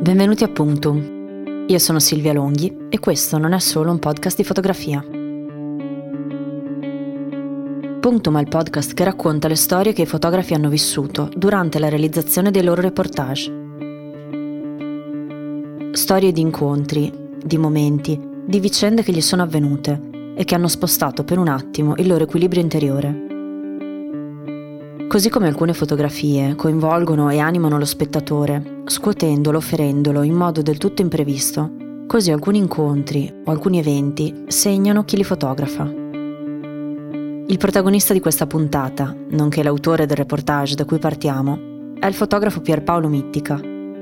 Benvenuti a Punctum. Io sono Silvia Longhi e questo non è solo un podcast di fotografia. Punctum è il podcast che racconta le storie che i fotografi hanno vissuto durante la realizzazione dei loro reportage. Storie di incontri, di momenti, di vicende che gli sono avvenute e che hanno spostato per un attimo il loro equilibrio interiore. Così come alcune fotografie coinvolgono e animano lo spettatore, scuotendolo, ferendolo in modo del tutto imprevisto, così alcuni incontri o alcuni eventi segnano chi li fotografa. Il protagonista di questa puntata, nonché l'autore del reportage da cui partiamo, è il fotografo Pierpaolo Mittica.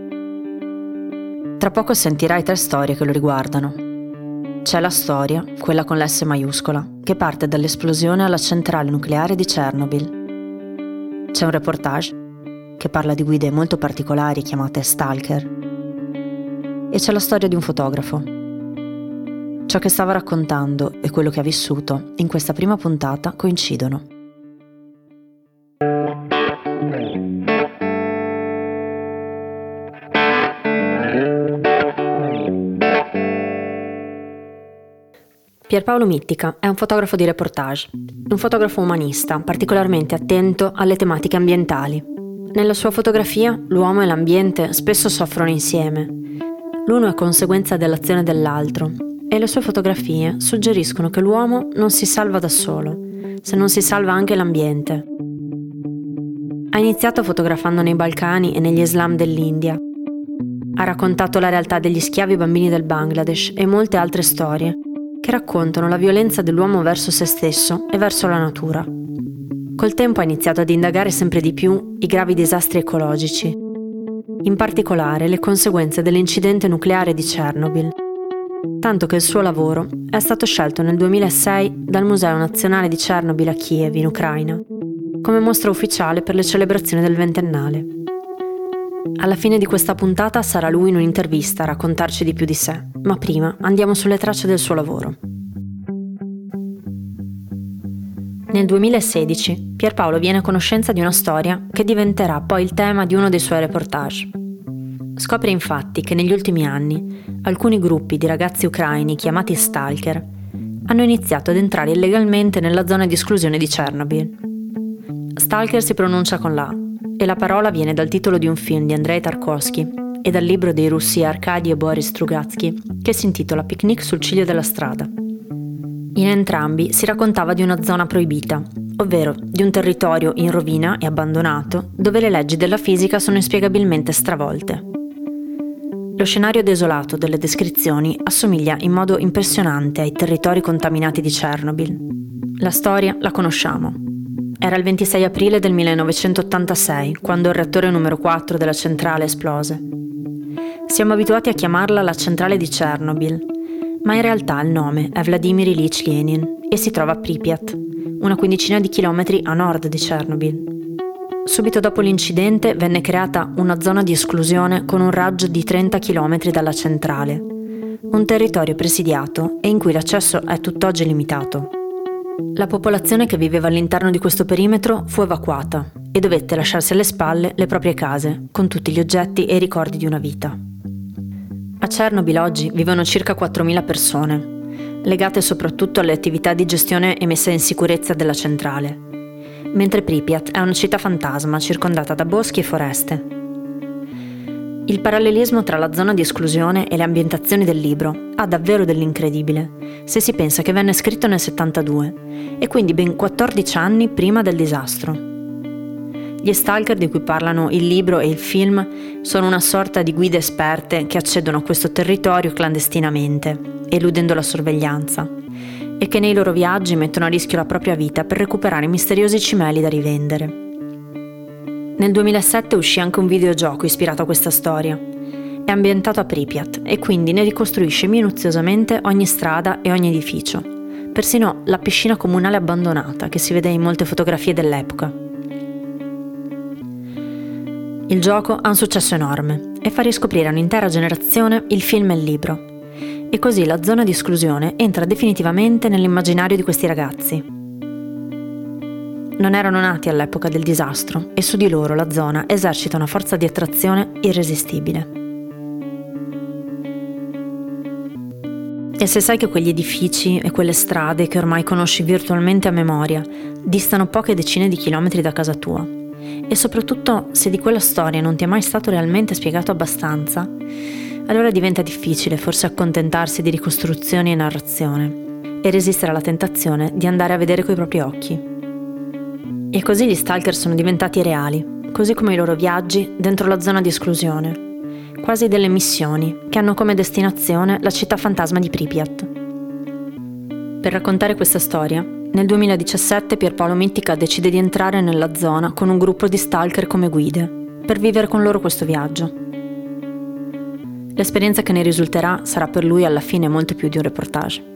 Tra poco sentirai 3 storie che lo riguardano. C'è la storia, quella con l'S maiuscola, che parte dall'esplosione alla centrale nucleare di Chernobyl. C'è un reportage che parla di guide molto particolari chiamate stalker. E c'è la storia di un fotografo. Ciò che stava raccontando e quello che ha vissuto in questa prima puntata coincidono. Pierpaolo Mittica è un fotografo di reportage, un fotografo umanista particolarmente attento alle tematiche ambientali. Nella sua fotografia l'uomo e l'ambiente spesso soffrono insieme. L'uno è conseguenza dell'azione dell'altro e le sue fotografie suggeriscono che l'uomo non si salva da solo, se non si salva anche l'ambiente. Ha iniziato fotografando nei Balcani e negli slam dell'India. Ha raccontato la realtà degli schiavi bambini del Bangladesh e molte altre storie che raccontano la violenza dell'uomo verso se stesso e verso la natura. Col tempo ha iniziato ad indagare sempre di più i gravi disastri ecologici, in particolare le conseguenze dell'incidente nucleare di Chernobyl, tanto che il suo lavoro è stato scelto nel 2006 dal Museo Nazionale di Chernobyl a Kiev, in Ucraina, come mostra ufficiale per le celebrazioni del 20º. Alla fine di questa puntata sarà lui in un'intervista a raccontarci di più di sé, ma prima andiamo sulle tracce del suo lavoro. Nel 2016 Pierpaolo viene a conoscenza di una storia che diventerà poi il tema di uno dei suoi reportage. Scopre infatti che negli ultimi anni alcuni gruppi di ragazzi ucraini chiamati stalker hanno iniziato ad entrare illegalmente nella zona di esclusione di Chernobyl. Stalker si pronuncia con la A e la parola viene dal titolo di un film di Andrei Tarkovsky e dal libro dei russi Arkady e Boris Strugatsky che si intitola Picnic sul ciglio della strada. In entrambi si raccontava di una zona proibita, ovvero di un territorio in rovina e abbandonato dove le leggi della fisica sono inspiegabilmente stravolte. Lo scenario desolato delle descrizioni assomiglia in modo impressionante ai territori contaminati di Chernobyl. La storia la conosciamo. Era il 26 aprile del 1986, quando il reattore numero 4 della centrale esplose. Siamo abituati a chiamarla la centrale di Chernobyl, ma in realtà il nome è Vladimir Ilyich Lenin e si trova a Pripyat, una quindicina di chilometri a nord di Chernobyl. Subito dopo l'incidente venne creata una zona di esclusione con un raggio di 30 chilometri dalla centrale, un territorio presidiato e in cui l'accesso è tutt'oggi limitato. La popolazione che viveva all'interno di questo perimetro fu evacuata e dovette lasciarsi alle spalle le proprie case, con tutti gli oggetti e i ricordi di una vita. A Chernobyl oggi vivono circa 4.000 persone, legate soprattutto alle attività di gestione e messa in sicurezza della centrale, mentre Pripyat è una città fantasma circondata da boschi e foreste. Il parallelismo tra la zona di esclusione e le ambientazioni del libro ha davvero dell'incredibile, se si pensa che venne scritto nel 72 e quindi ben 14 anni prima del disastro. Gli stalker di cui parlano il libro e il film sono una sorta di guide esperte che accedono a questo territorio clandestinamente, eludendo la sorveglianza, e che nei loro viaggi mettono a rischio la propria vita per recuperare misteriosi cimeli da rivendere. Nel 2007 uscì anche un videogioco ispirato a questa storia. È ambientato a Pripyat e quindi ne ricostruisce minuziosamente ogni strada e ogni edificio, persino la piscina comunale abbandonata che si vede in molte fotografie dell'epoca. Il gioco ha un successo enorme e fa riscoprire a un'intera generazione il film e il libro. E così la zona di esclusione entra definitivamente nell'immaginario di questi ragazzi. Non erano nati all'epoca del disastro e su di loro la zona esercita una forza di attrazione irresistibile. E se sai che quegli edifici e quelle strade che ormai conosci virtualmente a memoria distano poche decine di chilometri da casa tua, e soprattutto se di quella storia non ti è mai stato realmente spiegato abbastanza, allora diventa difficile forse accontentarsi di ricostruzioni e narrazione e resistere alla tentazione di andare a vedere coi propri occhi. E così gli stalker sono diventati reali, così come i loro viaggi dentro la zona di esclusione, quasi delle missioni che hanno come destinazione la città fantasma di Pripyat. Per raccontare questa storia, nel 2017 Pierpaolo Mittica decide di entrare nella zona con un gruppo di stalker come guide, per vivere con loro questo viaggio. L'esperienza che ne risulterà sarà per lui alla fine molto più di un reportage.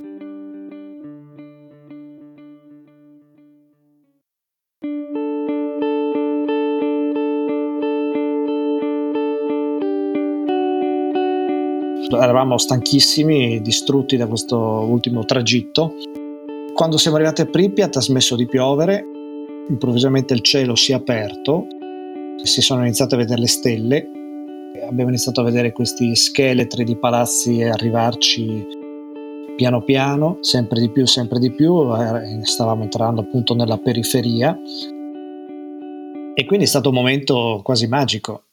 Eravamo stanchissimi, distrutti da questo ultimo tragitto. Quando siamo arrivati a Pripyat ha smesso di piovere, improvvisamente il cielo si è aperto, si sono iniziate a vedere le stelle, abbiamo iniziato a vedere questi scheletri di palazzi arrivarci piano piano, sempre di più, stavamo entrando appunto nella periferia e quindi è stato un momento quasi magico.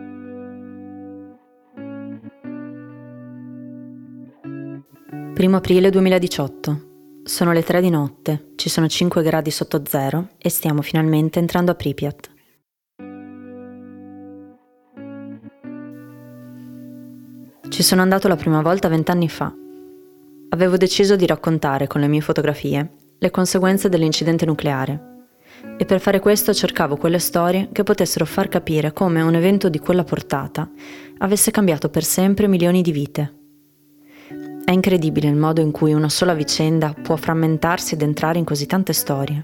Primo aprile 2018. Sono le 3 di notte, ci sono 5 gradi sotto zero e stiamo finalmente entrando a Pripyat. Ci sono andato la prima volta 20 anni fa. Avevo deciso di raccontare con le mie fotografie le conseguenze dell'incidente nucleare e per fare questo cercavo quelle storie che potessero far capire come un evento di quella portata avesse cambiato per sempre milioni di vite. È incredibile il modo in cui una sola vicenda può frammentarsi ed entrare in così tante storie.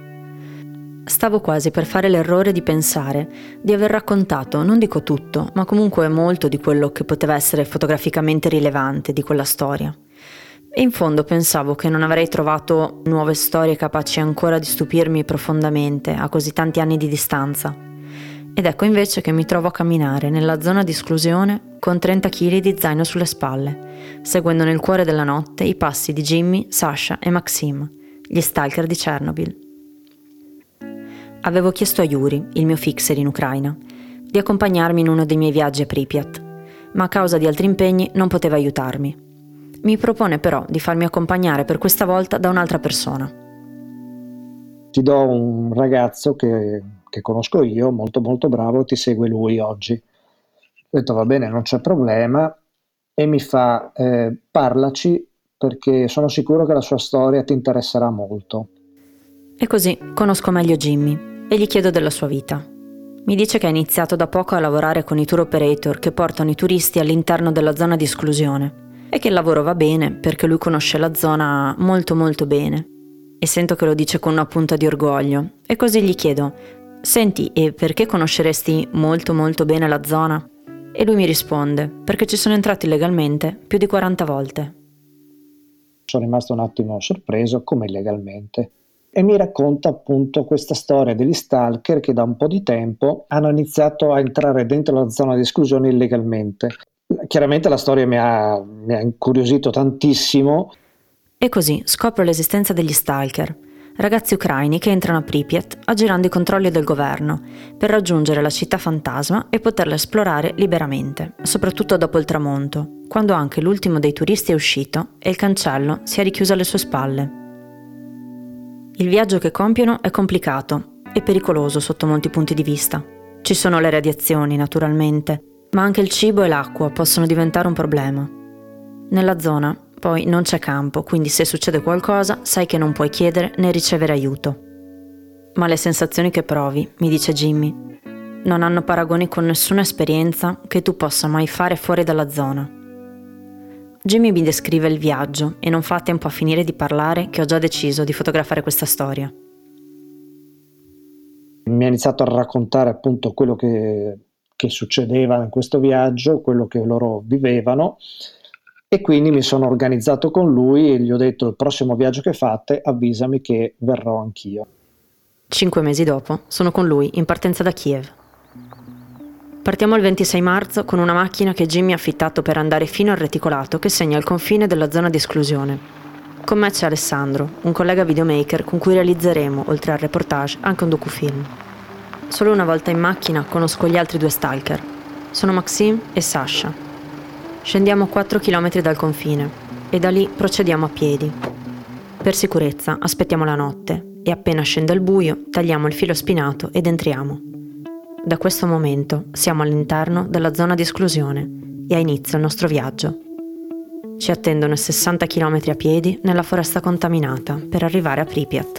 Stavo quasi per fare l'errore di pensare di aver raccontato, non dico tutto, ma comunque molto di quello che poteva essere fotograficamente rilevante di quella storia. E in fondo pensavo che non avrei trovato nuove storie capaci ancora di stupirmi profondamente a così tanti anni di distanza. Ed ecco invece che mi trovo a camminare nella zona di esclusione con 30 kg di zaino sulle spalle, seguendo nel cuore della notte i passi di Jimmy, Sasha e Maxim, gli stalker di Chernobyl. Avevo chiesto a Yuri, il mio fixer in Ucraina, di accompagnarmi in uno dei miei viaggi a Pripyat, ma a causa di altri impegni non poteva aiutarmi. Mi propone però di farmi accompagnare per questa volta da un'altra persona. Ti do un ragazzo che conosco io, molto molto bravo, ti segue lui oggi. Ho detto va bene, non c'è problema, e mi fa parlaci perché sono sicuro che la sua storia ti interesserà molto. E così conosco meglio Jimmy e gli chiedo della sua vita. Mi dice che ha iniziato da poco a lavorare con i tour operator che portano i turisti all'interno della zona di esclusione e che il lavoro va bene perché lui conosce la zona molto molto bene. E sento che lo dice con una punta di orgoglio e così gli chiedo: senti, e perché conosceresti molto molto bene la zona? E lui mi risponde: perché ci sono entrato illegalmente più di 40 volte. Sono rimasto un attimo sorpreso, come illegalmente, e mi racconta appunto questa storia degli stalker che da un po' di tempo hanno iniziato a entrare dentro la zona di esclusione illegalmente. Chiaramente la storia mi ha incuriosito tantissimo. E così scopro l'esistenza degli stalker, ragazzi ucraini che entrano a Pripyat aggirando i controlli del governo per raggiungere la città fantasma e poterla esplorare liberamente, soprattutto dopo il tramonto, quando anche l'ultimo dei turisti è uscito e il cancello si è richiuso alle sue spalle. Il viaggio che compiono è complicato e pericoloso sotto molti punti di vista. Ci sono le radiazioni, naturalmente, ma anche il cibo e l'acqua possono diventare un problema. Nella zona poi non c'è campo, quindi se succede qualcosa sai che non puoi chiedere né ricevere aiuto. Ma le sensazioni che provi, mi dice Jimmy, non hanno paragoni con nessuna esperienza che tu possa mai fare fuori dalla zona. Jimmy mi descrive il viaggio e non fa tempo a finire di parlare che ho già deciso di fotografare questa storia. Mi ha iniziato a raccontare appunto quello che succedeva in questo viaggio, quello che loro vivevano, e quindi mi sono organizzato con lui e gli ho detto: il prossimo viaggio che fate avvisami che verrò anch'io. 5 mesi dopo sono con lui in partenza da Kiev. Partiamo il 26 marzo con una macchina che Jimmy ha affittato per andare fino al reticolato che segna il confine della zona di esclusione. Con me c'è Alessandro, un collega videomaker con cui realizzeremo, oltre al reportage, anche un docufilm. Solo una volta in macchina conosco gli altri 2 stalker. Sono Maxime e Sasha. Scendiamo 4 km dal confine e da lì procediamo a piedi. Per sicurezza aspettiamo la notte e appena scende il buio tagliamo il filo spinato ed entriamo. Da questo momento siamo all'interno della zona di esclusione e ha inizio il nostro viaggio. Ci attendono 60 km a piedi nella foresta contaminata per arrivare a Pripyat.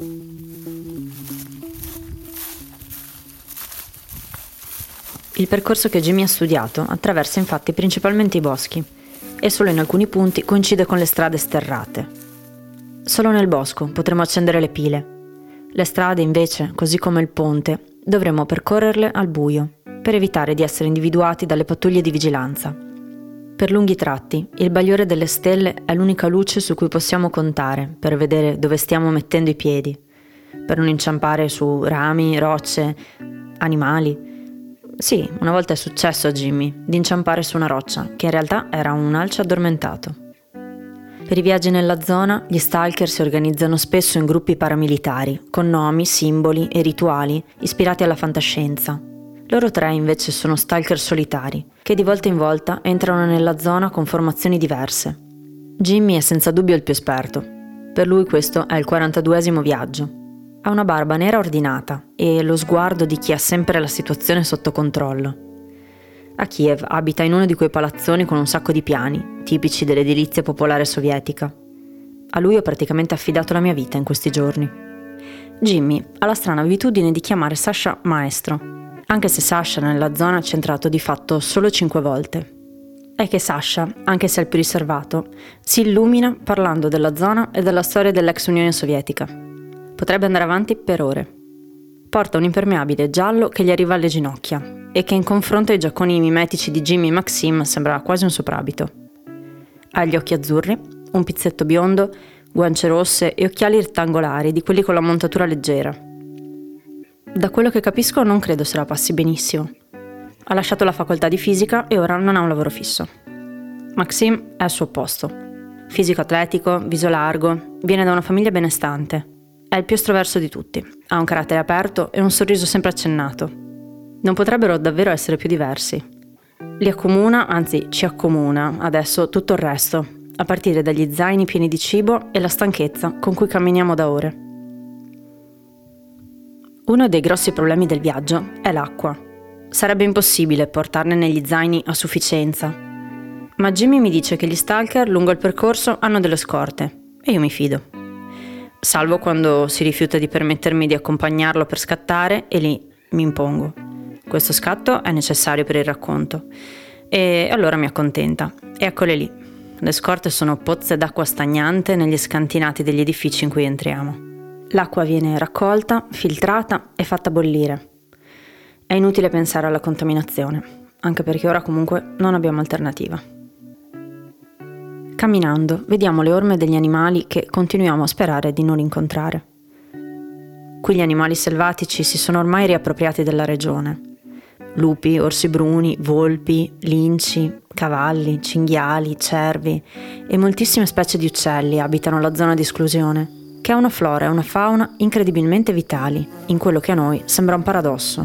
Il percorso che Jimmy ha studiato attraversa infatti principalmente i boschi e solo in alcuni punti coincide con le strade sterrate. Solo nel bosco potremo accendere le pile. Le strade invece, così come il ponte, dovremo percorrerle al buio per evitare di essere individuati dalle pattuglie di vigilanza. Per lunghi tratti, il bagliore delle stelle è l'unica luce su cui possiamo contare per vedere dove stiamo mettendo i piedi, per non inciampare su rami, rocce, animali. Sì, una volta è successo a Jimmy di inciampare su una roccia, che in realtà era un alce addormentato. Per i viaggi nella zona, gli stalker si organizzano spesso in gruppi paramilitari, con nomi, simboli e rituali ispirati alla fantascienza. Loro 3 invece sono stalker solitari, che di volta in volta entrano nella zona con formazioni diverse. Jimmy è senza dubbio il più esperto. Per lui questo è il 42esimo viaggio. Ha una barba nera ordinata e lo sguardo di chi ha sempre la situazione sotto controllo. A Kiev abita in uno di quei palazzoni con un sacco di piani, tipici dell'edilizia popolare sovietica. A lui ho praticamente affidato la mia vita in questi giorni. Jimmy ha la strana abitudine di chiamare Sasha maestro, anche se Sasha nella zona ci è entrato di fatto solo 5 volte. È che Sasha, anche se è il più riservato, si illumina parlando della zona e della storia dell'ex Unione Sovietica. Potrebbe andare avanti per ore. Porta un impermeabile giallo che gli arriva alle ginocchia e che in confronto ai giacconi mimetici di Jimmy e Maxime sembra quasi un soprabito. Ha gli occhi azzurri, un pizzetto biondo, guance rosse e occhiali rettangolari di quelli con la montatura leggera. Da quello che capisco non credo se la passi benissimo. Ha lasciato la facoltà di fisica e ora non ha un lavoro fisso. Maxime è al suo opposto. Fisico atletico, viso largo, viene da una famiglia benestante. È il più estroverso di tutti, ha un carattere aperto e un sorriso sempre accennato. Non potrebbero davvero essere più diversi. Li accomuna, anzi ci accomuna, adesso tutto il resto, a partire dagli zaini pieni di cibo e la stanchezza con cui camminiamo da ore. Uno dei grossi problemi del viaggio è l'acqua. Sarebbe impossibile portarne negli zaini a sufficienza. Ma Jimmy mi dice che gli stalker lungo il percorso hanno delle scorte e io mi fido. Salvo quando si rifiuta di permettermi di accompagnarlo per scattare e lì mi impongo. Questo scatto è necessario per il racconto e allora mi accontenta. E eccole lì. Le scorte sono pozze d'acqua stagnante negli scantinati degli edifici in cui entriamo. L'acqua viene raccolta, filtrata e fatta bollire. È inutile pensare alla contaminazione, anche perché ora comunque non abbiamo alternativa. Camminando, vediamo le orme degli animali che continuiamo a sperare di non incontrare. Qui gli animali selvatici si sono ormai riappropriati della regione. Lupi, orsi bruni, volpi, linci, cavalli, cinghiali, cervi e moltissime specie di uccelli abitano la zona di esclusione, che ha una flora e una fauna incredibilmente vitali, in quello che a noi sembra un paradosso.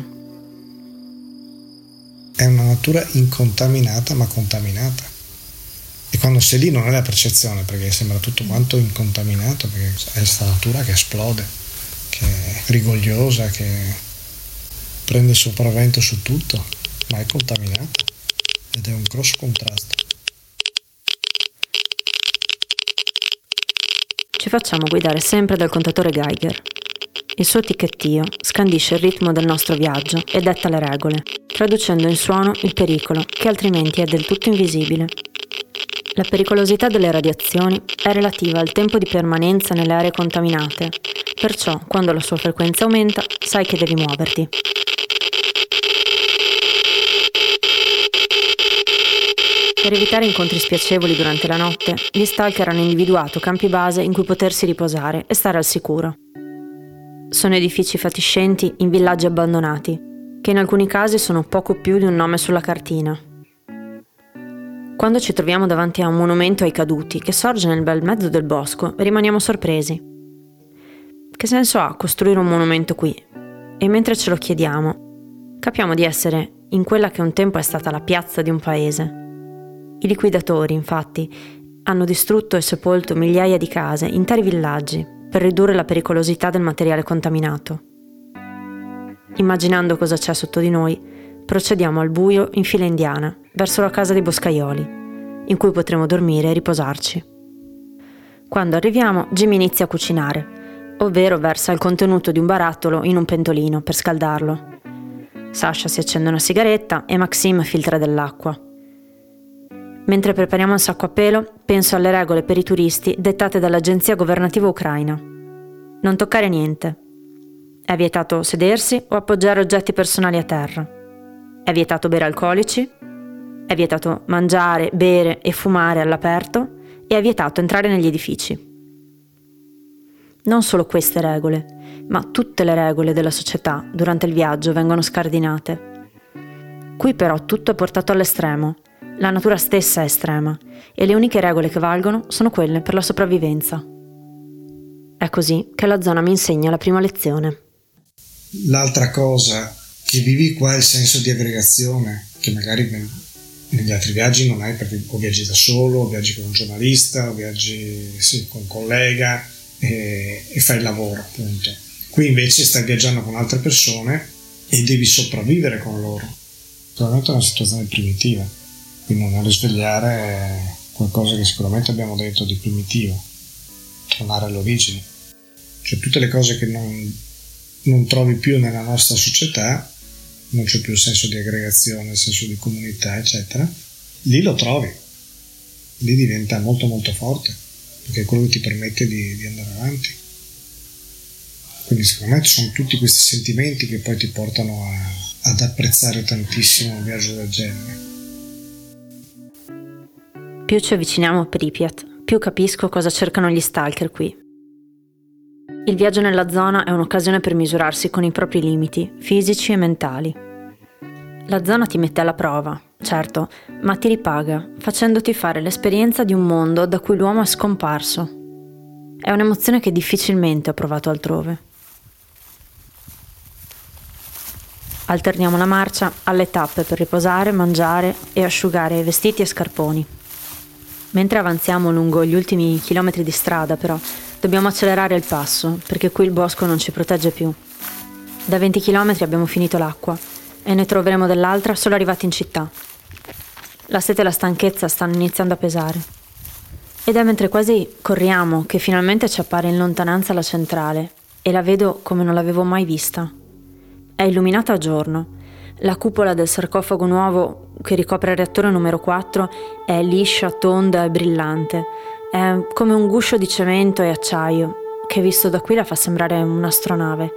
È una natura incontaminata ma contaminata. E quando sei lì non è la percezione, perché sembra tutto quanto incontaminato, perché è questa natura che esplode, che è rigogliosa, che prende il sopravvento su tutto, ma è contaminata ed è un grosso contrasto. Ci facciamo guidare sempre dal contatore Geiger. Il suo ticchettio scandisce il ritmo del nostro viaggio e detta le regole, traducendo in suono il pericolo che altrimenti è del tutto invisibile. La pericolosità delle radiazioni è relativa al tempo di permanenza nelle aree contaminate, perciò quando la sua frequenza aumenta sai che devi muoverti. Per evitare incontri spiacevoli durante la notte, gli stalker hanno individuato campi base in cui potersi riposare e stare al sicuro. Sono edifici fatiscenti in villaggi abbandonati, che in alcuni casi sono poco più di un nome sulla cartina. Quando ci troviamo davanti a un monumento ai caduti che sorge nel bel mezzo del bosco, rimaniamo sorpresi. Che senso ha costruire un monumento qui? E mentre ce lo chiediamo, capiamo di essere in quella che un tempo è stata la piazza di un paese. I liquidatori, infatti, hanno distrutto e sepolto migliaia di case, interi villaggi, per ridurre la pericolosità del materiale contaminato. Immaginando cosa c'è sotto di noi, procediamo al buio in fila indiana, verso la casa dei boscaioli, in cui potremo dormire e riposarci. Quando arriviamo, Jimmy inizia a cucinare, ovvero versa il contenuto di un barattolo in un pentolino per scaldarlo. Sasha si accende una sigaretta e Maxim filtra dell'acqua. Mentre prepariamo un sacco a pelo, penso alle regole per i turisti dettate dall'agenzia governativa ucraina. Non toccare niente. È vietato sedersi o appoggiare oggetti personali a terra. È vietato bere alcolici. È vietato mangiare, bere e fumare all'aperto. E è vietato entrare negli edifici. Non solo queste regole, ma tutte le regole della società durante il viaggio vengono scardinate. Qui però tutto è portato all'estremo. La natura stessa è estrema e le uniche regole che valgono sono quelle per la sopravvivenza. È così che la zona mi insegna la prima lezione. L'altra cosa che vivi qua è il senso di aggregazione, che magari negli altri viaggi non hai, perché o viaggi da solo, o viaggi con un giornalista, o viaggi con un collega e fai il lavoro, appunto. Qui invece stai viaggiando con altre persone e devi sopravvivere con loro. Probabilmente è una situazione primitiva, quindi non risvegliare qualcosa che sicuramente abbiamo dentro di primitivo, tornare alle origini. Cioè tutte le cose che non trovi più nella nostra società, non c'è più il senso di aggregazione, il senso di comunità, eccetera, lì lo trovi, lì diventa molto molto forte, perché è quello che ti permette di andare avanti. Quindi secondo me ci sono tutti questi sentimenti che poi ti portano ad apprezzare tantissimo un viaggio del genere. Più ci avviciniamo a Pripyat, più capisco cosa cercano gli stalker qui. Il viaggio nella zona è un'occasione per misurarsi con i propri limiti, fisici e mentali. La zona ti mette alla prova, certo, ma ti ripaga, facendoti fare l'esperienza di un mondo da cui l'uomo è scomparso. È un'emozione che difficilmente ho provato altrove. Alterniamo la marcia alle tappe per riposare, mangiare e asciugare vestiti e scarponi. Mentre avanziamo lungo gli ultimi chilometri di strada, però, dobbiamo accelerare il passo, perché qui il bosco non ci protegge più. Da 20 chilometri abbiamo finito l'acqua e ne troveremo dell'altra solo arrivati in città. La sete e la stanchezza stanno iniziando a pesare. Ed è mentre quasi corriamo che finalmente ci appare in lontananza la centrale e la vedo come non l'avevo mai vista. È illuminata a giorno. La cupola del sarcofago nuovo che ricopre il reattore numero 4 è liscia, tonda e brillante. È come un guscio di cemento e acciaio che visto da qui la fa sembrare un'astronave.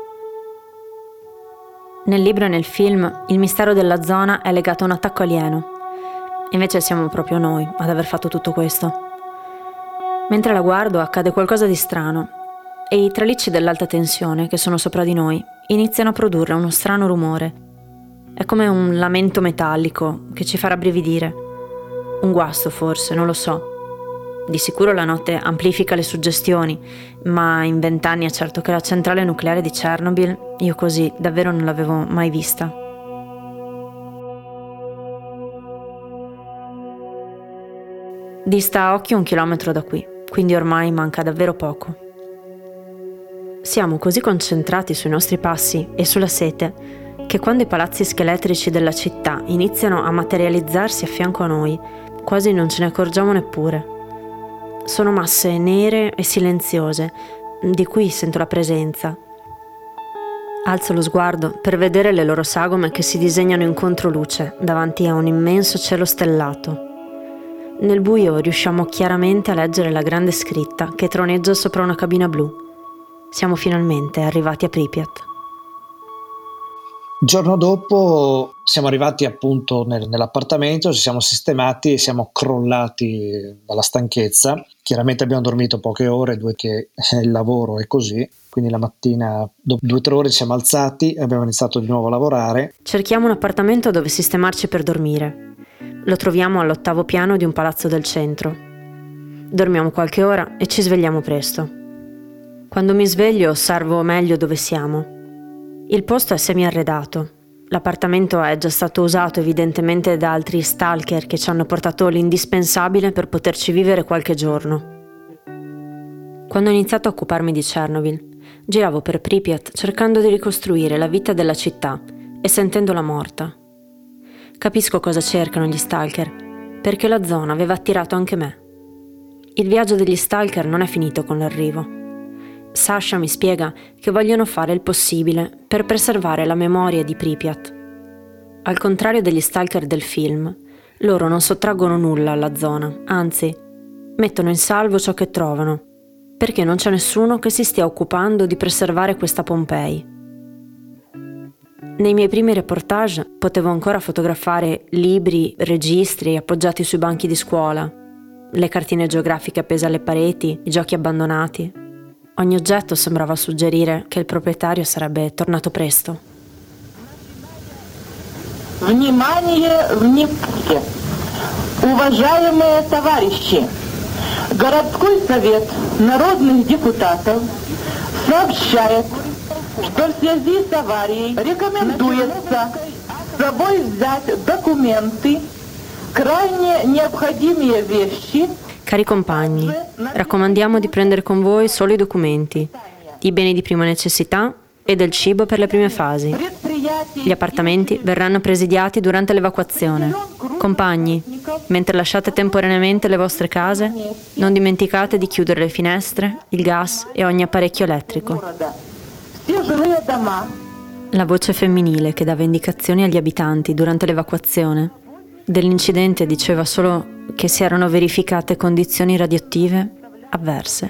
Nel libro e nel film il mistero della zona è legato a un attacco alieno. Invece siamo proprio noi ad aver fatto tutto questo. Mentre la guardo accade qualcosa di strano e i tralicci dell'alta tensione che sono sopra di noi iniziano a produrre uno strano rumore. È come un lamento metallico che ci fa rabbrividire. Un guasto forse, non lo so. Di sicuro la notte amplifica le suggestioni, ma in 20 anni è certo che la centrale nucleare di Chernobyl, io così davvero non l'avevo mai vista. Dista a occhio 1 chilometro da qui, quindi ormai manca davvero poco. Siamo così concentrati sui nostri passi e sulla sete che quando i palazzi scheletrici della città iniziano a materializzarsi a fianco a noi, quasi non ce ne accorgiamo neppure. Sono masse nere e silenziose, di cui sento la presenza. Alzo lo sguardo per vedere le loro sagome che si disegnano in controluce davanti a un immenso cielo stellato. Nel buio riusciamo chiaramente a leggere la grande scritta che troneggia sopra una cabina blu. Siamo finalmente arrivati a Pripyat. Il giorno dopo Siamo arrivati appunto nell'appartamento, ci siamo sistemati e siamo crollati dalla stanchezza. Chiaramente abbiamo dormito poche ore, due che il lavoro è così, quindi la mattina dopo 2 o 3 ore ci siamo alzati e abbiamo iniziato di nuovo a lavorare. Cerchiamo un appartamento dove sistemarci per dormire. Lo troviamo all'8° piano di un palazzo del centro. Dormiamo qualche ora e ci svegliamo presto. Quando mi sveglio osservo meglio dove siamo. Il posto è semi-arredato. L'appartamento è già stato usato evidentemente da altri stalker che ci hanno portato l'indispensabile per poterci vivere qualche giorno. Quando ho iniziato a occuparmi di Chernobyl, giravo per Pripyat cercando di ricostruire la vita della città e sentendola morta. Capisco cosa cercano gli stalker, perché la zona aveva attirato anche me. Il viaggio degli stalker non è finito con l'arrivo. Sasha mi spiega che vogliono fare il possibile per preservare la memoria di Pripyat. Al contrario degli stalker del film, loro non sottraggono nulla alla zona, anzi, mettono in salvo ciò che trovano, perché non c'è nessuno che si stia occupando di preservare questa Pompei. Nei miei primi reportage potevo ancora fotografare libri, registri appoggiati sui banchi di scuola, le cartine geografiche appese alle pareti, i giochi abbandonati. Ogni oggetto sembrava suggerire che il proprietario sarebbe tornato presto. Внимание, внимание! Уважаемые товарищи! Городской совет народных депутатов сообщает, что в связи с аварией рекомендуется с собой взять документы, крайне необходимые вещи. Cari compagni, raccomandiamo di prendere con voi solo i documenti, i beni di prima necessità e del cibo per le prime fasi. Gli appartamenti verranno presidiati durante l'evacuazione. Compagni, mentre lasciate temporaneamente le vostre case, non dimenticate di chiudere le finestre, il gas e ogni apparecchio elettrico. La voce femminile che dava indicazioni agli abitanti durante l'evacuazione. Dell'incidente diceva solo che si erano verificate condizioni radioattive avverse.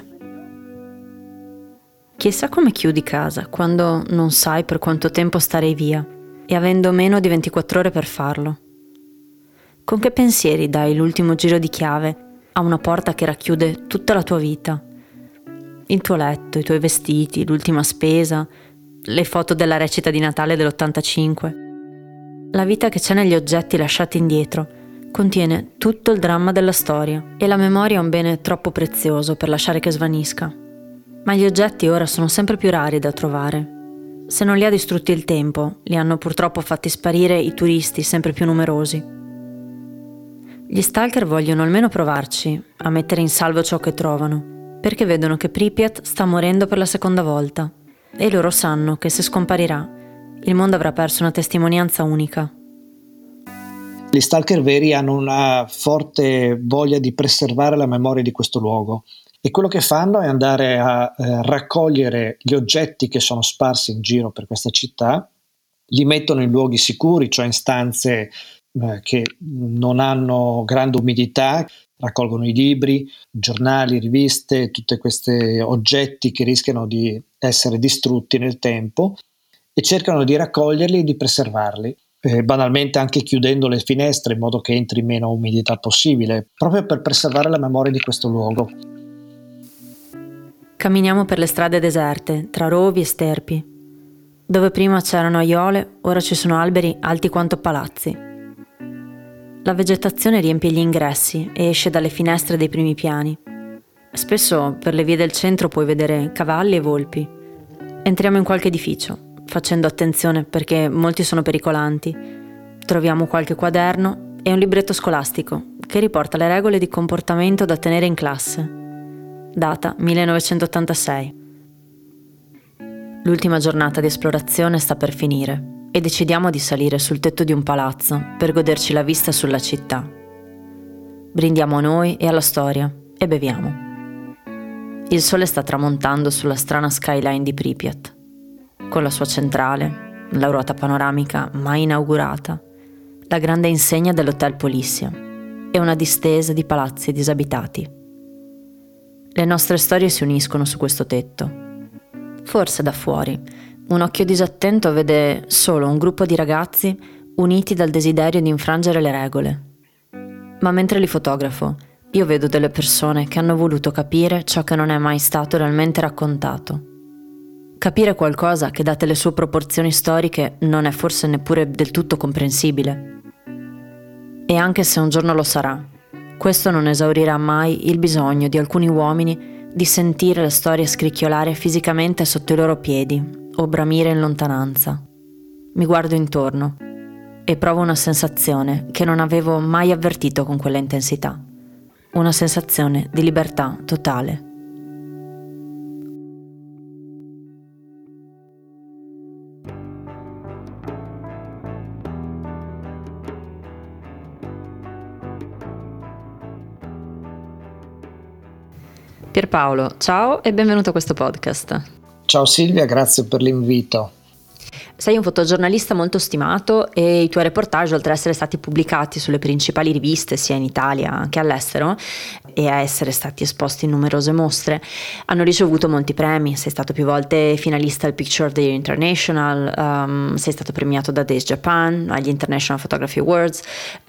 Chissà come chiudi casa quando non sai per quanto tempo starei via e avendo meno di 24 ore per farlo. Con che pensieri dai l'ultimo giro di chiave a una porta che racchiude tutta la tua vita? Il tuo letto, i tuoi vestiti, l'ultima spesa, le foto della recita di Natale dell'85. La vita che c'è negli oggetti lasciati indietro contiene tutto il dramma della storia e la memoria è un bene troppo prezioso per lasciare che svanisca. Ma gli oggetti ora sono sempre più rari da trovare. Se non li ha distrutti il tempo, li hanno purtroppo fatti sparire i turisti sempre più numerosi. Gli stalker vogliono almeno provarci a mettere in salvo ciò che trovano, perché vedono che Pripyat sta morendo per la seconda volta e loro sanno che se scomparirà, il mondo avrà perso una testimonianza unica. Gli stalker veri hanno una forte voglia di preservare la memoria di questo luogo e quello che fanno è andare a raccogliere gli oggetti che sono sparsi in giro per questa città, li mettono in luoghi sicuri, cioè in stanze che non hanno grande umidità, raccolgono i libri, giornali, riviste, tutti questi oggetti che rischiano di essere distrutti nel tempo e cercano di raccoglierli e di preservarli. Banalmente anche chiudendo le finestre in modo che entri meno umidità possibile, proprio per preservare la memoria di questo luogo. Camminiamo per le strade deserte, tra rovi e sterpi. Dove prima c'erano aiole, ora ci sono alberi alti quanto palazzi. La vegetazione riempie gli ingressi e esce dalle finestre dei primi piani. Spesso per le vie del centro puoi vedere cavalli e volpi. Entriamo in qualche edificio, facendo attenzione perché molti sono pericolanti. Troviamo qualche quaderno e un libretto scolastico che riporta le regole di comportamento da tenere in classe. Data 1986. L'ultima giornata di esplorazione sta per finire e decidiamo di salire sul tetto di un palazzo per goderci la vista sulla città. Brindiamo a noi e alla storia e beviamo. Il sole sta tramontando sulla strana skyline di Pripyat, con la sua centrale, la ruota panoramica mai inaugurata, la grande insegna dell'Hotel Polyssia e una distesa di palazzi disabitati. Le nostre storie si uniscono su questo tetto. Forse da fuori un occhio disattento vede solo un gruppo di ragazzi uniti dal desiderio di infrangere le regole. Ma mentre li fotografo, io vedo delle persone che hanno voluto capire ciò che non è mai stato realmente raccontato. Capire qualcosa che, date le sue proporzioni storiche, non è forse neppure del tutto comprensibile. E anche se un giorno lo sarà, questo non esaurirà mai il bisogno di alcuni uomini di sentire le storie scricchiolare fisicamente sotto i loro piedi o bramire in lontananza. Mi guardo intorno e provo una sensazione che non avevo mai avvertito con quella intensità. Una sensazione di libertà totale. Pierpaolo, ciao e benvenuto a questo podcast. Ciao Silvia, grazie per l'invito. Sei un fotogiornalista molto stimato e i tuoi reportage, oltre ad essere stati pubblicati sulle principali riviste sia in Italia che all'estero e a essere stati esposti in numerose mostre, hanno ricevuto molti premi. Sei stato più volte finalista al Picture of the Year International, sei stato premiato da Days Japan agli International Photography Awards,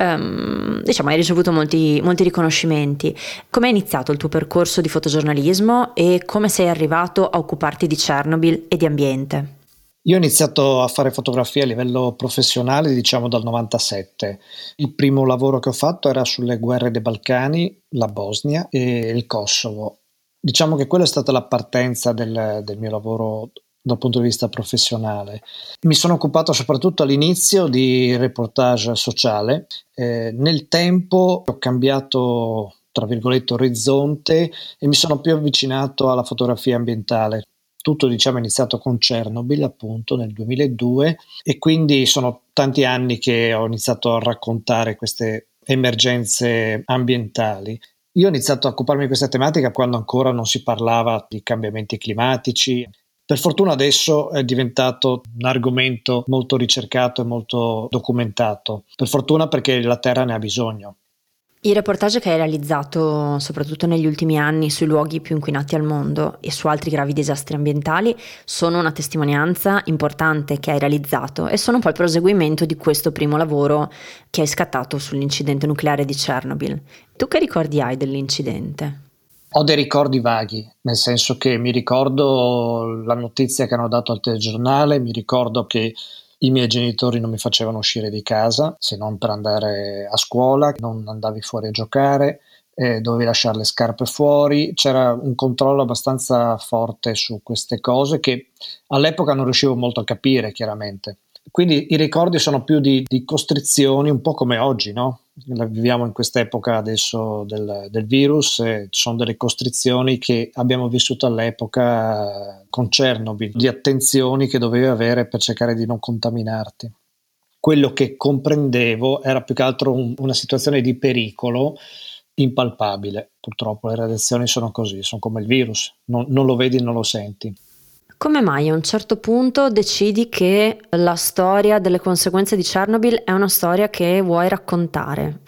hai ricevuto molti riconoscimenti. Come è iniziato il tuo percorso di fotogiornalismo e come sei arrivato a occuparti di Chernobyl e di ambiente? Io ho iniziato a fare fotografia a livello professionale, diciamo dal 97. Il primo lavoro che ho fatto era sulle guerre dei Balcani, la Bosnia e il Kosovo. Diciamo che quella è stata la partenza del mio lavoro dal punto di vista professionale. Mi sono occupato soprattutto all'inizio di reportage sociale. Nel tempo ho cambiato, tra virgolette, orizzonte e mi sono più avvicinato alla fotografia ambientale. Tutto è iniziato con Chernobyl appunto nel 2002 e quindi sono tanti anni che ho iniziato a raccontare queste emergenze ambientali. Io ho iniziato a occuparmi di questa tematica quando ancora non si parlava di cambiamenti climatici. Per fortuna adesso è diventato un argomento molto ricercato e molto documentato. Per fortuna, perché la Terra ne ha bisogno. I reportage che hai realizzato, soprattutto negli ultimi anni, sui luoghi più inquinati al mondo e su altri gravi disastri ambientali, sono una testimonianza importante che hai realizzato e sono poi il proseguimento di questo primo lavoro che hai scattato sull'incidente nucleare di Chernobyl. Tu che ricordi hai dell'incidente? Ho dei ricordi vaghi, nel senso che mi ricordo la notizia che hanno dato al telegiornale, mi ricordo che i miei genitori non mi facevano uscire di casa se non per andare a scuola, non andavi fuori a giocare, dovevi lasciare le scarpe fuori, c'era un controllo abbastanza forte su queste cose che all'epoca non riuscivo molto a capire chiaramente. Quindi i ricordi sono più di costrizioni, un po' come oggi, no? Viviamo in quest'epoca adesso del virus, ci sono delle costrizioni che abbiamo vissuto all'epoca con Chernobyl, di attenzioni che dovevi avere per cercare di non contaminarti. Quello che comprendevo era più che altro una situazione di pericolo impalpabile. Purtroppo le radiazioni sono così, sono come il virus, non lo vedi, non lo senti. Come mai a un certo punto decidi che la storia delle conseguenze di Chernobyl è una storia che vuoi raccontare?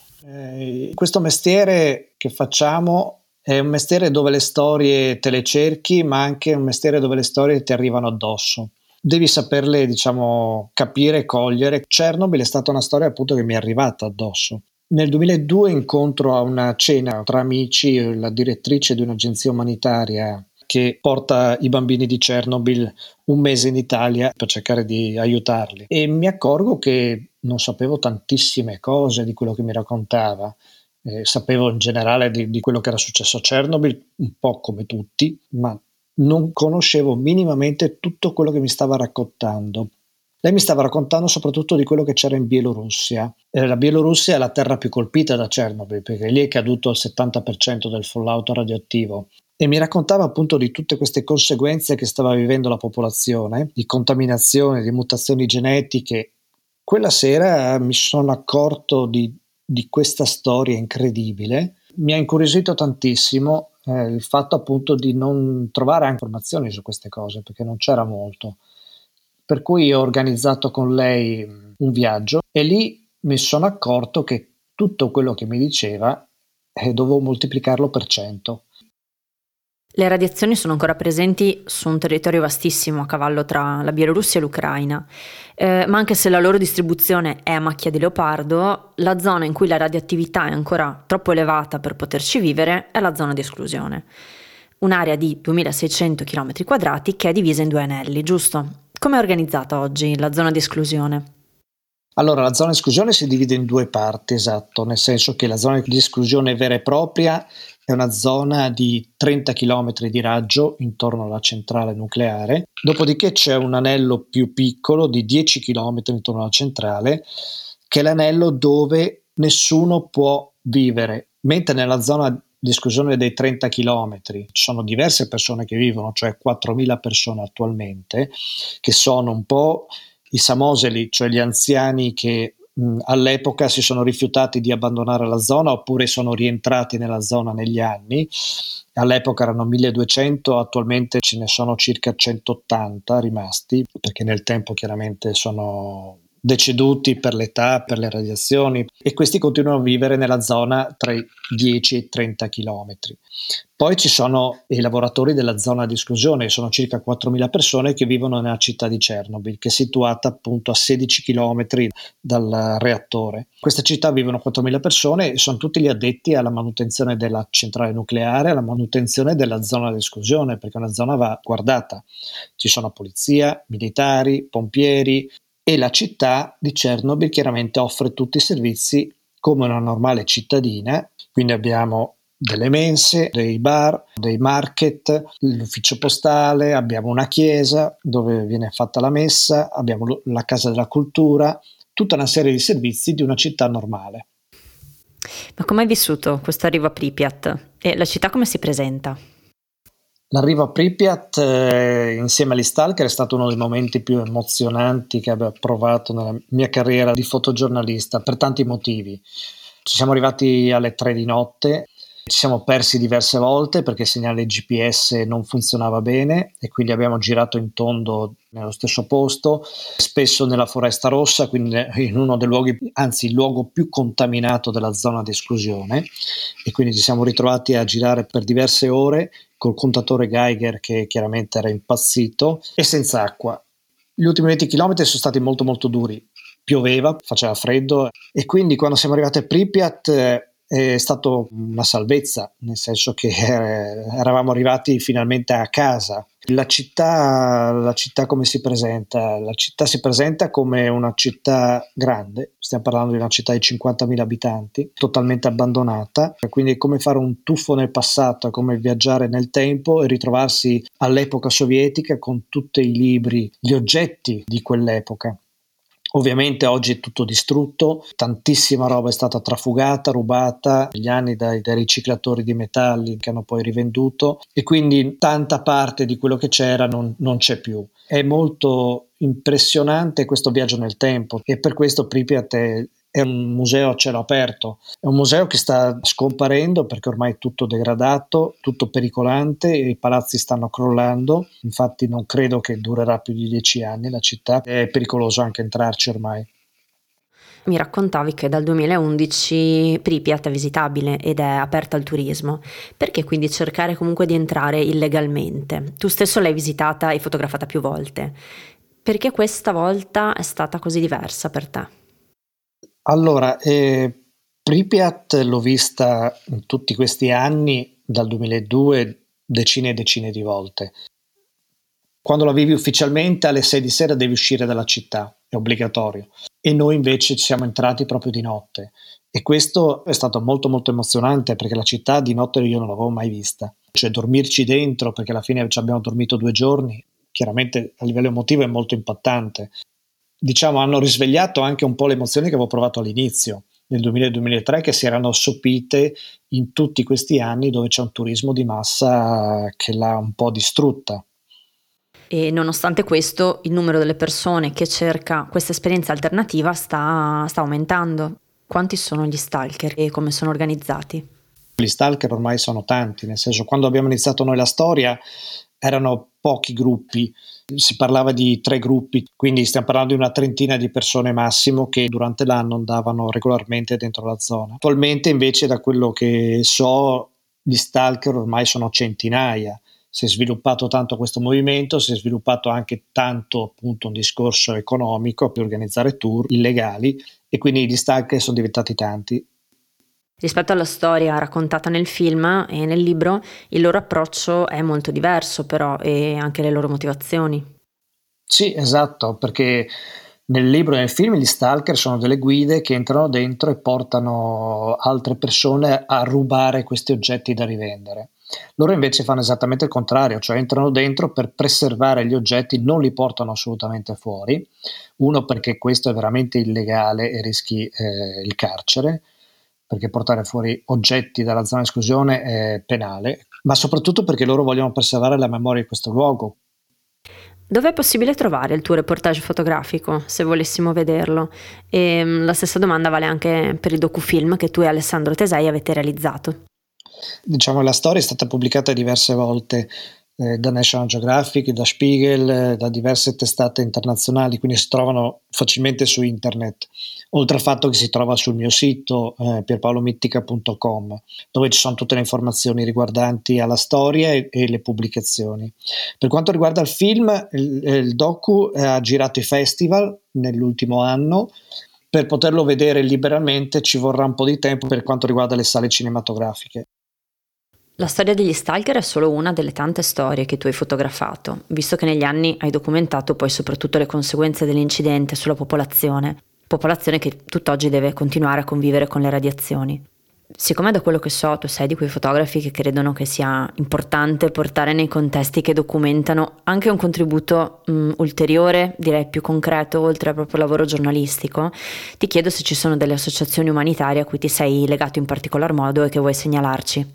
Questo mestiere che facciamo è un mestiere dove le storie te le cerchi, ma anche un mestiere dove le storie ti arrivano addosso. Devi saperle, capire e cogliere. Chernobyl è stata una storia appunto che mi è arrivata addosso. Nel 2002 incontro a una cena tra amici la direttrice di un'agenzia umanitaria che porta i bambini di Chernobyl un mese in Italia per cercare di aiutarli e mi accorgo che non sapevo tantissime cose di quello che mi raccontava. Sapevo in generale di quello che era successo a Chernobyl, un po' come tutti, ma non conoscevo minimamente tutto quello che mi stava raccontando. Lei mi stava raccontando soprattutto di quello che c'era in Bielorussia. La Bielorussia è la terra più colpita da Chernobyl perché lì è caduto il 70% del fallout radioattivo. E mi raccontava appunto di tutte queste conseguenze che stava vivendo la popolazione, di contaminazione, di mutazioni genetiche. Quella sera mi sono accorto di questa storia incredibile. Mi ha incuriosito tantissimo il fatto appunto di non trovare informazioni su queste cose, perché non c'era molto. Per cui ho organizzato con lei un viaggio e lì mi sono accorto che tutto quello che mi diceva dovevo moltiplicarlo per 100. Le radiazioni sono ancora presenti su un territorio vastissimo a cavallo tra la Bielorussia e l'Ucraina, ma anche se la loro distribuzione è a macchia di leopardo, la zona in cui la radioattività è ancora troppo elevata per poterci vivere è la zona di esclusione. Un'area di 2600 km² che è divisa in 2 anelli, giusto? Come è organizzata oggi la zona di esclusione? Allora, la zona di esclusione si divide in 2 parti, esatto, nel senso che la zona di esclusione vera e propria è una zona di 30 km di raggio intorno alla centrale nucleare, dopodiché c'è un anello più piccolo di 10 km intorno alla centrale, che è l'anello dove nessuno può vivere, mentre nella zona di esclusione dei 30 km ci sono diverse persone che vivono, cioè 4.000 persone attualmente, che sono un po' i Samoseli, cioè gli anziani che all'epoca si sono rifiutati di abbandonare la zona oppure sono rientrati nella zona negli anni. All'epoca erano 1200, attualmente ce ne sono circa 180 rimasti, perché nel tempo chiaramente sono deceduti per l'età, per le radiazioni, e questi continuano a vivere nella zona tra i 10 e i 30 chilometri. Poi ci sono i lavoratori della zona di esclusione, sono circa 4.000 persone che vivono nella città di Chernobyl, che è situata appunto a 16 chilometri dal reattore. In questa città vivono 4.000 persone e sono tutti gli addetti alla manutenzione della centrale nucleare, alla manutenzione della zona di esclusione, perché una zona va guardata. Ci sono polizia, militari, pompieri, e la città di Chernobyl chiaramente offre tutti i servizi come una normale cittadina, quindi abbiamo delle mense, dei bar, dei market, l'ufficio postale, abbiamo una chiesa dove viene fatta la messa, abbiamo la casa della cultura, tutta una serie di servizi di una città normale. Ma come hai vissuto questo arrivo a Pripyat e la città come si presenta? L'arrivo a Pripyat insieme agli Stalker è stato uno dei momenti più emozionanti che abbia provato nella mia carriera di fotogiornalista per tanti motivi. Ci siamo arrivati alle 3 di notte, ci siamo persi diverse volte perché il segnale GPS non funzionava bene e quindi abbiamo girato in tondo nello stesso posto, spesso nella Foresta Rossa, quindi in uno dei luoghi, anzi il luogo più contaminato della zona di esclusione, e quindi ci siamo ritrovati a girare per diverse ore col contatore Geiger che chiaramente era impazzito e senza acqua. Gli ultimi 20 chilometri sono stati molto molto duri, pioveva, faceva freddo e quindi quando siamo arrivati a Pripyat è stato una salvezza, nel senso che eravamo arrivati finalmente a casa. La città come si presenta? La città si presenta come una città grande, stiamo parlando di una città di 50.000 abitanti, totalmente abbandonata, quindi è come fare un tuffo nel passato, è come viaggiare nel tempo e ritrovarsi all'epoca sovietica con tutti i libri, gli oggetti di quell'epoca. Ovviamente oggi è tutto distrutto, tantissima roba è stata trafugata, rubata negli anni dai riciclatori di metalli che hanno poi rivenduto e quindi tanta parte di quello che c'era non c'è più. È molto impressionante questo viaggio nel tempo e per questo Pripyat è un museo a cielo aperto, è un museo che sta scomparendo perché ormai è tutto degradato, tutto pericolante, i palazzi stanno crollando, infatti non credo che durerà più di 10 anni la città, è pericoloso anche entrarci ormai. Mi raccontavi che dal 2011 Pripyat è visitabile ed è aperta al turismo. Perché quindi cercare comunque di entrare illegalmente? Tu stesso l'hai visitata e fotografata più volte. Perché questa volta è stata così diversa per te? Allora, Pripyat l'ho vista in tutti questi anni, dal 2002, decine e decine di volte. Quando la vivi ufficialmente alle 6 di sera devi uscire dalla città, è obbligatorio. E noi invece ci siamo entrati proprio di notte. E questo è stato molto molto emozionante perché la città di notte io non l'avevo mai vista. Cioè dormirci dentro, perché alla fine ci abbiamo dormito 2 giorni, chiaramente a livello emotivo è molto impattante. Diciamo hanno risvegliato anche un po' le emozioni che avevo provato all'inizio, nel 2000-2003, che si erano assopite in tutti questi anni dove c'è un turismo di massa che l'ha un po' distrutta. E nonostante questo, il numero delle persone che cerca questa esperienza alternativa sta aumentando. Quanti sono gli stalker e come sono organizzati? Gli stalker ormai sono tanti, nel senso quando abbiamo iniziato noi la storia erano pochi gruppi, si parlava di 3 gruppi, quindi stiamo parlando di una trentina di persone massimo che durante l'anno andavano regolarmente dentro la zona. Attualmente invece da quello che so gli stalker ormai sono centinaia si è sviluppato tanto questo movimento, si è sviluppato anche tanto appunto un discorso economico per organizzare tour illegali e quindi gli stalker sono diventati tanti. Rispetto alla storia raccontata nel film e nel libro, il loro approccio è molto diverso però, e anche le loro motivazioni. Sì, esatto, perché nel libro e nel film gli stalker sono delle guide che entrano dentro e portano altre persone a rubare questi oggetti da rivendere. Loro invece fanno esattamente il contrario, cioè entrano dentro per preservare gli oggetti, non li portano assolutamente fuori. Uno, perché questo è veramente illegale e rischi il carcere, perché portare fuori oggetti dalla zona di esclusione è penale, ma soprattutto perché loro vogliono preservare la memoria di questo luogo. Dove è possibile trovare il tuo reportage fotografico, se volessimo vederlo? E la stessa domanda vale anche per il docufilm che tu e Alessandro Tesei avete realizzato. Diciamo, la storia è stata pubblicata diverse volte da National Geographic, da Spiegel, da diverse testate internazionali, quindi si trovano facilmente su internet, oltre al fatto che si trova sul mio sito pierpaolomittica.com, dove ci sono tutte le informazioni riguardanti alla storia e le pubblicazioni. Per quanto riguarda il film, il docu ha girato i festival nell'ultimo anno. Per poterlo vedere liberamente ci vorrà un po' di tempo per quanto riguarda le sale cinematografiche. La storia degli stalker è solo una delle tante storie che tu hai fotografato, visto che negli anni hai documentato poi soprattutto le conseguenze dell'incidente sulla popolazione che tutt'oggi deve continuare a convivere con le radiazioni. Siccome da quello che so tu sei di quei fotografi che credono che sia importante portare nei contesti che documentano anche un contributo ulteriore, direi più concreto, oltre al proprio lavoro giornalistico, ti chiedo se ci sono delle associazioni umanitarie a cui ti sei legato in particolar modo e che vuoi segnalarci.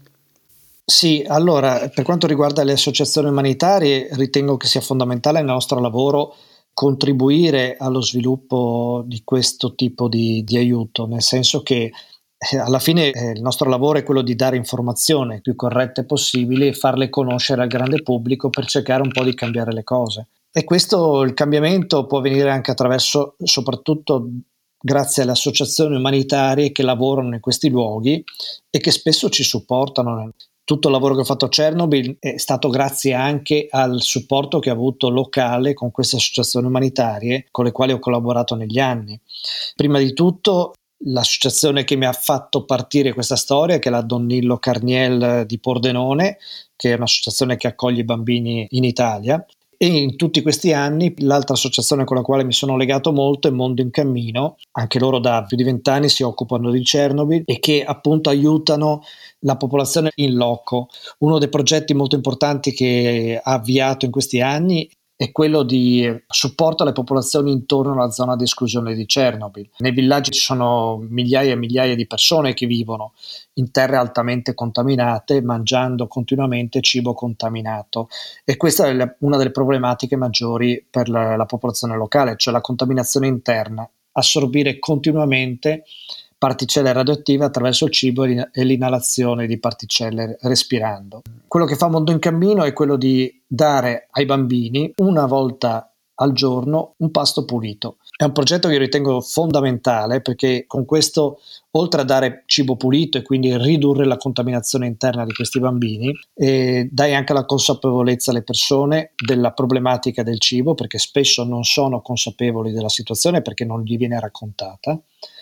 Sì, allora, per quanto riguarda le associazioni umanitarie, ritengo che sia fondamentale nel nostro lavoro contribuire allo sviluppo di questo tipo di aiuto, nel senso che alla fine il nostro lavoro è quello di dare informazioni più corrette possibili e farle conoscere al grande pubblico per cercare un po' di cambiare le cose. E questo, il cambiamento può avvenire anche attraverso, soprattutto grazie alle associazioni umanitarie che lavorano in questi luoghi e che spesso ci supportano. Tutto il lavoro che ho fatto a Chernobyl è stato grazie anche al supporto che ho avuto locale con queste associazioni umanitarie con le quali ho collaborato negli anni. Prima di tutto l'associazione che mi ha fatto partire questa storia, che è la Donnillo Carniel di Pordenone, che è un'associazione che accoglie i bambini in Italia. E in tutti questi anni l'altra associazione con la quale mi sono legato molto è Mondo in Cammino, anche loro da più di 20 anni si occupano di Chernobyl e che appunto aiutano la popolazione in loco. Uno dei progetti molto importanti che ha avviato in questi anni è quello di supporto alle popolazioni intorno alla zona di esclusione di Chernobyl. Nei villaggi ci sono migliaia e migliaia di persone che vivono in terre altamente contaminate, mangiando continuamente cibo contaminato, e questa è una delle problematiche maggiori per la popolazione locale, cioè la contaminazione interna, assorbire continuamente particelle radioattive attraverso il cibo e l'inalazione di particelle respirando. Quello che fa Mondo in Cammino è quello di dare ai bambini una volta al giorno un pasto pulito. È un progetto che io ritengo fondamentale perché con questo, oltre a dare cibo pulito e quindi ridurre la contaminazione interna di questi bambini, dai anche la consapevolezza alle persone della problematica del cibo, perché spesso non sono consapevoli della situazione perché non gli viene raccontata,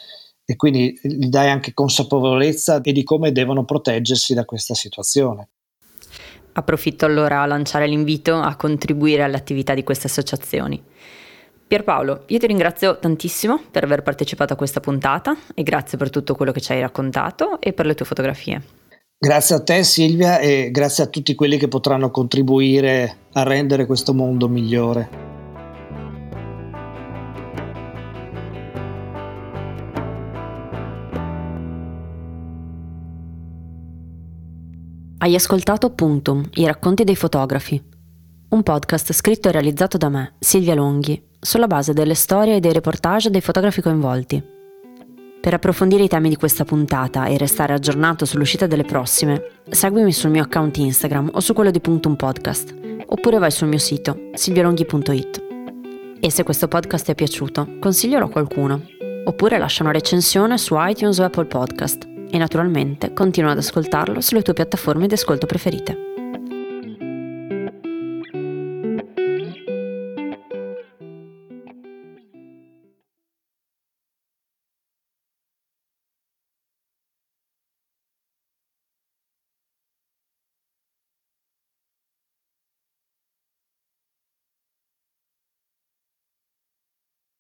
e quindi gli dai anche consapevolezza e di come devono proteggersi da questa situazione. Approfitto allora a lanciare l'invito a contribuire alle attività di queste associazioni. Pierpaolo, io ti ringrazio tantissimo per aver partecipato a questa puntata e grazie per tutto quello che ci hai raccontato e per le tue fotografie. Grazie a te Silvia e grazie a tutti quelli che potranno contribuire a rendere questo mondo migliore. Hai ascoltato Punctum, i racconti dei fotografi, un podcast scritto e realizzato da me, Silvia Longhi, sulla base delle storie e dei reportage dei fotografi coinvolti. Per approfondire i temi di questa puntata e restare aggiornato sull'uscita delle prossime, seguimi sul mio account Instagram o su quello di Punctum Podcast, oppure vai sul mio sito silvialonghi.it. E se questo podcast ti è piaciuto, consiglialo a qualcuno, oppure lascia una recensione su iTunes o Apple Podcast. E naturalmente continua ad ascoltarlo sulle tue piattaforme di ascolto preferite.